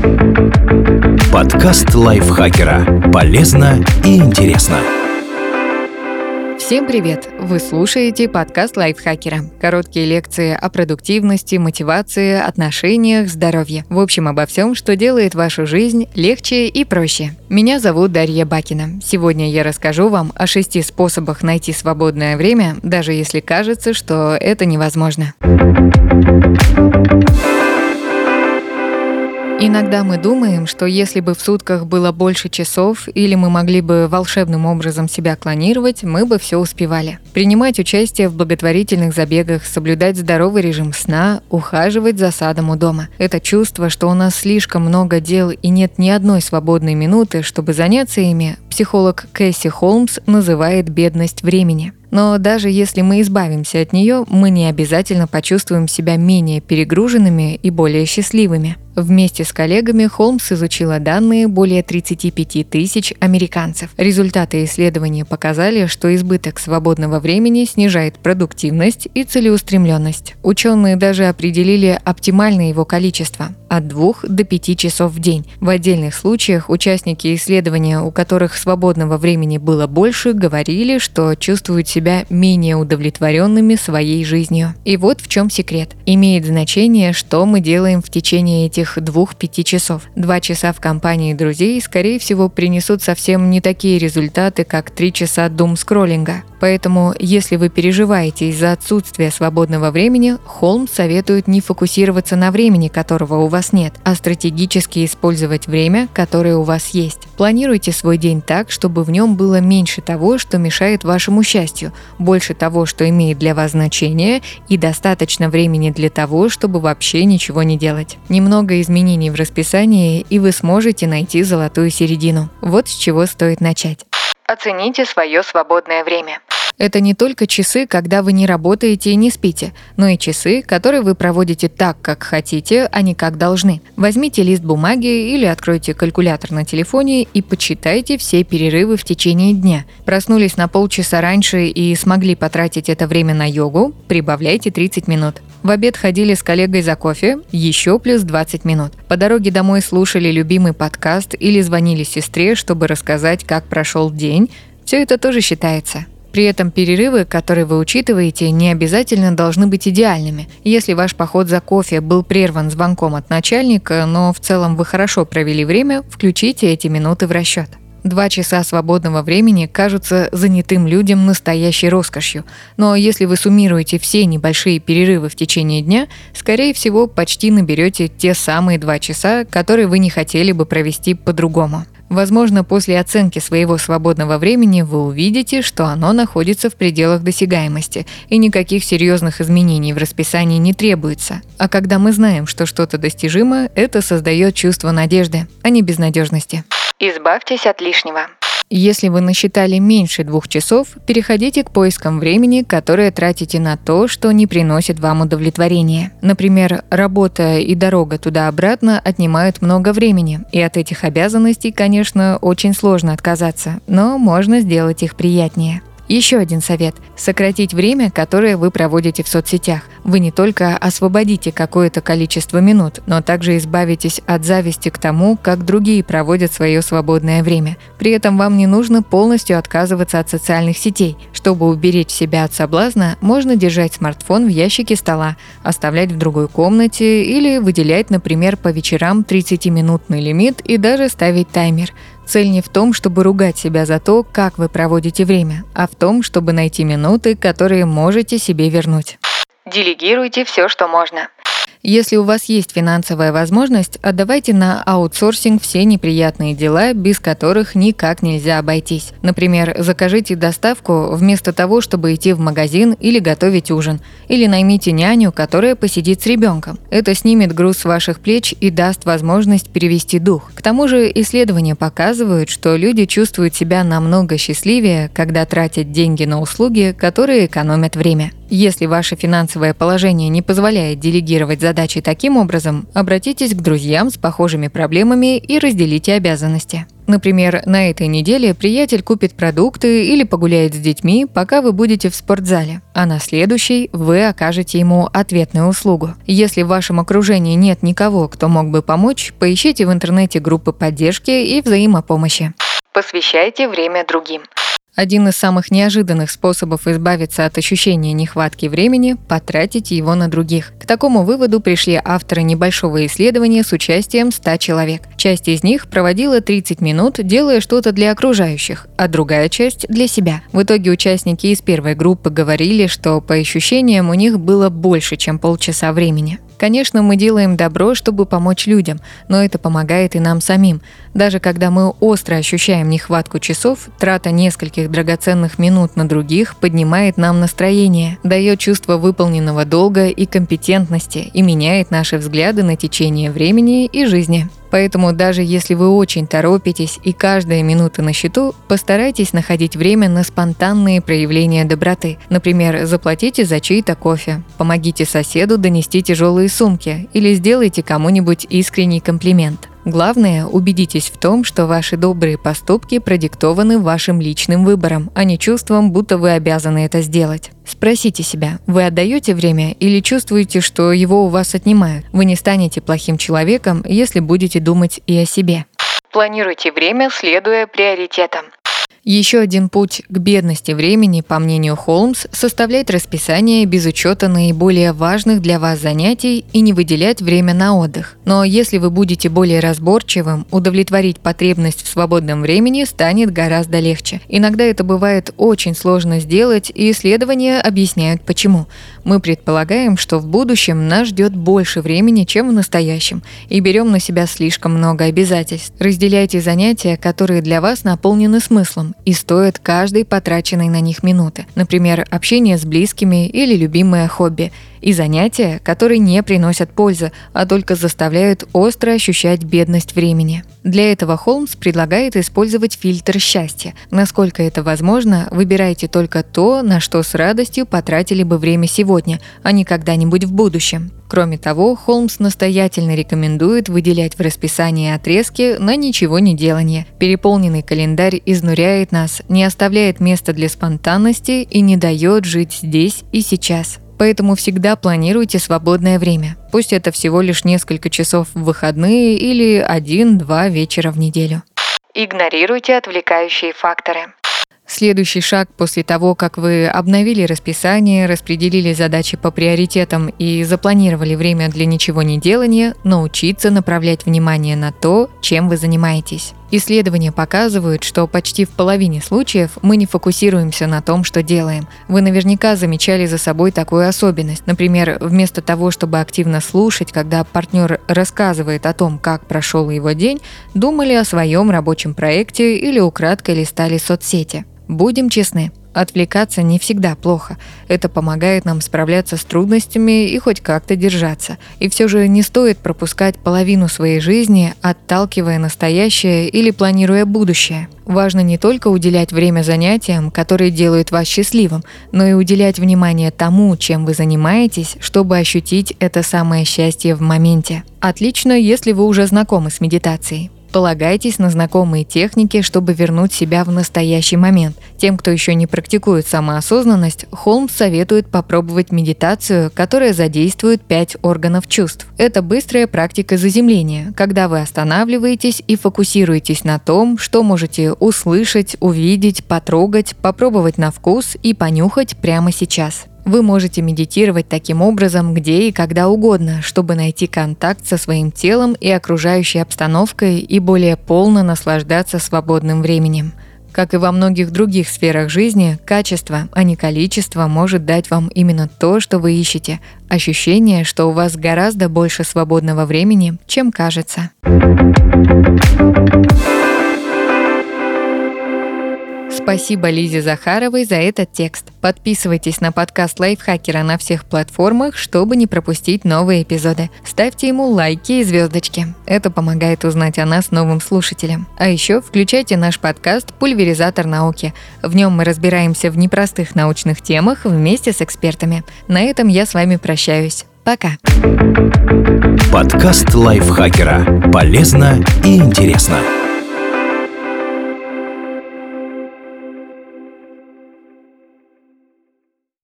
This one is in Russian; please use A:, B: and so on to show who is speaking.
A: Подкаст лайфхакера. Полезно и интересно.
B: Всем привет! Вы слушаете подкаст лайфхакера. Короткие лекции о продуктивности, мотивации, отношениях, здоровье. В общем, обо всем, что делает вашу жизнь легче и проще. Меня зовут Дарья Бакина. Сегодня я расскажу вам о 6 способах найти свободное время, даже если кажется, что это невозможно. Иногда мы думаем, что если бы в сутках было больше часов или мы могли бы волшебным образом себя клонировать, мы бы все успевали. Принимать участие в благотворительных забегах, соблюдать здоровый режим сна, ухаживать за садом у дома. Это чувство, что у нас слишком много дел и нет ни одной свободной минуты, чтобы заняться ими, психолог Кэсси Холмс называет бедность времени. Но даже если мы избавимся от нее, мы не обязательно почувствуем себя менее перегруженными и более счастливыми. Вместе с коллегами Холмс изучила данные более 35 тысяч американцев. Результаты исследования показали, что избыток свободного времени снижает продуктивность и целеустремленность. Ученые даже определили оптимальное его количество – от 2 до 5 часов в день. В отдельных случаях участники исследования, у которых свободного времени было больше, говорили, что чувствуют себя менее удовлетворенными своей жизнью. И вот в чем секрет. Имеет значение, что мы делаем в течение этих 2-5 часов. 2 часа в компании друзей, скорее всего, принесут совсем не такие результаты, как 3 часа думскроллинга. Поэтому, если вы переживаете из-за отсутствия свободного времени, Холмс советует не фокусироваться на времени, которого у вас нет, а стратегически использовать время, которое у вас есть. Планируйте свой день так, чтобы в нем было меньше того, что мешает вашему счастью, больше того, что имеет для вас значение, и достаточно времени для того, чтобы вообще ничего не делать. Немного изменений в расписании, и вы сможете найти золотую середину. Вот с чего стоит начать. Оцените свое свободное время. Это не только часы, когда вы не работаете и не спите, но и часы, которые вы проводите так, как хотите, а не как должны. Возьмите лист бумаги или откройте калькулятор на телефоне и почитайте все перерывы в течение дня. Проснулись на полчаса раньше и смогли потратить это время на йогу, прибавляйте 30 минут. В обед ходили с коллегой за кофе, еще плюс 20 минут. По дороге домой слушали любимый подкаст или звонили сестре, чтобы рассказать, как прошел день. Все это тоже считается. При этом перерывы, которые вы учитываете, не обязательно должны быть идеальными. Если ваш поход за кофе был прерван звонком от начальника, но в целом вы хорошо провели время, включите эти минуты в расчет. 2 часа свободного времени кажутся занятым людям настоящей роскошью, но если вы суммируете все небольшие перерывы в течение дня, скорее всего, почти наберете те самые 2 часа, которые вы не хотели бы провести по-другому. Возможно, после оценки своего свободного времени вы увидите, что оно находится в пределах досягаемости, и никаких серьезных изменений в расписании не требуется. А когда мы знаем, что что-то достижимо, это создает чувство надежды, а не безнадежности. Избавьтесь от лишнего. Если вы насчитали меньше 2 часов, переходите к поискам времени, которое тратите на то, что не приносит вам удовлетворения. Например, работа и дорога туда-обратно отнимают много времени, и от этих обязанностей, конечно, очень сложно отказаться, но можно сделать их приятнее. Еще один совет – сократить время, которое вы проводите в соцсетях. Вы не только освободите какое-то количество минут, но также избавитесь от зависти к тому, как другие проводят свое свободное время. При этом вам не нужно полностью отказываться от социальных сетей. Чтобы уберечь себя от соблазна, можно держать смартфон в ящике стола, оставлять в другой комнате или выделять, например, по вечерам 30-минутный лимит и даже ставить таймер. Цель не в том, чтобы ругать себя за то, как вы проводите время, а в том, чтобы найти минуты, которые можете себе вернуть. Делегируйте все, что можно. Если у вас есть финансовая возможность, отдавайте на аутсорсинг все неприятные дела, без которых никак нельзя обойтись. Например, закажите доставку вместо того, чтобы идти в магазин или готовить ужин. Или наймите няню, которая посидит с ребенком. Это снимет груз с ваших плеч и даст возможность перевести дух. К тому же исследования показывают, что люди чувствуют себя намного счастливее, когда тратят деньги на услуги, которые экономят время. Если ваше финансовое положение не позволяет делегировать задачи таким образом, обратитесь к друзьям с похожими проблемами и разделите обязанности. Например, на этой неделе приятель купит продукты или погуляет с детьми, пока вы будете в спортзале, а на следующей вы окажете ему ответную услугу. Если в вашем окружении нет никого, кто мог бы помочь, поищите в интернете группы поддержки и взаимопомощи. Посвящайте время другим. Один из самых неожиданных способов избавиться от ощущения нехватки времени – потратить его на других. К такому выводу пришли авторы небольшого исследования с участием 100 человек. Часть из них проводила 30 минут, делая что-то для окружающих, а другая часть – для себя. В итоге участники из первой группы говорили, что по ощущениям у них было больше, чем полчаса времени. Конечно, мы делаем добро, чтобы помочь людям, но это помогает и нам самим. Даже когда мы остро ощущаем нехватку часов, трата нескольких драгоценных минут на других поднимает нам настроение, дает чувство выполненного долга и компетентности и меняет наши взгляды на течение времени и жизни. Поэтому даже если вы очень торопитесь и каждая минута на счету, постарайтесь находить время на спонтанные проявления доброты. Например, заплатите за чей-то кофе, помогите соседу донести тяжелые сумки или сделайте кому-нибудь искренний комплимент. Главное, убедитесь в том, что ваши добрые поступки продиктованы вашим личным выбором, а не чувством, будто вы обязаны это сделать. Спросите себя, вы отдаете время или чувствуете, что его у вас отнимают? Вы не станете плохим человеком, если будете думать и о себе. Планируйте время, следуя приоритетам. Еще один путь к бедности времени, по мнению Холмс, составлять расписание без учета наиболее важных для вас занятий и не выделять время на отдых. Но если вы будете более разборчивым, удовлетворить потребность в свободном времени станет гораздо легче. Иногда это бывает очень сложно сделать, и исследования объясняют почему. Мы предполагаем, что в будущем нас ждет больше времени, чем в настоящем, и берем на себя слишком много обязательств. Разделяйте занятия, которые для вас наполнены смыслом, и стоят каждой потраченной на них минуты. Например, общение с близкими или любимое хобби. И занятия, которые не приносят пользы, а только заставляют остро ощущать бедность времени. Для этого Холмс предлагает использовать фильтр счастья. Насколько это возможно, выбирайте только то, на что с радостью потратили бы время сегодня, а не когда-нибудь в будущем. Кроме того, Холмс настоятельно рекомендует выделять в расписании отрезки на ничего не делание. Переполненный календарь изнуряет нас, не оставляет места для спонтанности и не дает жить здесь и сейчас. Поэтому всегда планируйте свободное время. Пусть это всего лишь несколько часов в выходные или 1-2 вечера в неделю. Игнорируйте отвлекающие факторы. Следующий шаг после того, как вы обновили расписание, распределили задачи по приоритетам и запланировали время для ничего не делания, научиться направлять внимание на то, чем вы занимаетесь. Исследования показывают, что почти в половине случаев мы не фокусируемся на том, что делаем. Вы наверняка замечали за собой такую особенность. Например, вместо того, чтобы активно слушать, когда партнер рассказывает о том, как прошел его день, думали о своем рабочем проекте или украдкой листали соцсети. Будем честны, отвлекаться не всегда плохо. Это помогает нам справляться с трудностями и хоть как-то держаться. И все же не стоит пропускать половину своей жизни, отталкивая настоящее или планируя будущее. Важно не только уделять время занятиям, которые делают вас счастливым, но и уделять внимание тому, чем вы занимаетесь, чтобы ощутить это самое счастье в моменте. Отлично, если вы уже знакомы с медитацией. Полагайтесь на знакомые техники, чтобы вернуть себя в настоящий момент. Тем, кто еще не практикует самоосознанность, Холмс советует попробовать медитацию, которая задействует 5 органов чувств. Это быстрая практика заземления, когда вы останавливаетесь и фокусируетесь на том, что можете услышать, увидеть, потрогать, попробовать на вкус и понюхать прямо сейчас. Вы можете медитировать таким образом где и когда угодно, чтобы найти контакт со своим телом и окружающей обстановкой и более полно наслаждаться свободным временем. Как и во многих других сферах жизни, качество, а не количество, может дать вам именно то, что вы ищете. Ощущение, что у вас гораздо больше свободного времени, чем кажется. Спасибо Лизе Захаровой за этот текст. Подписывайтесь на подкаст Лайфхакера на всех платформах, чтобы не пропустить новые эпизоды. Ставьте ему лайки и звездочки. Это помогает узнать о нас новым слушателям. А еще включайте наш подкаст «Пульверизатор науки». В нем мы разбираемся в непростых научных темах вместе с экспертами. На этом я с вами прощаюсь. Пока.
A: Подкаст лайфхакера. Полезно и интересно.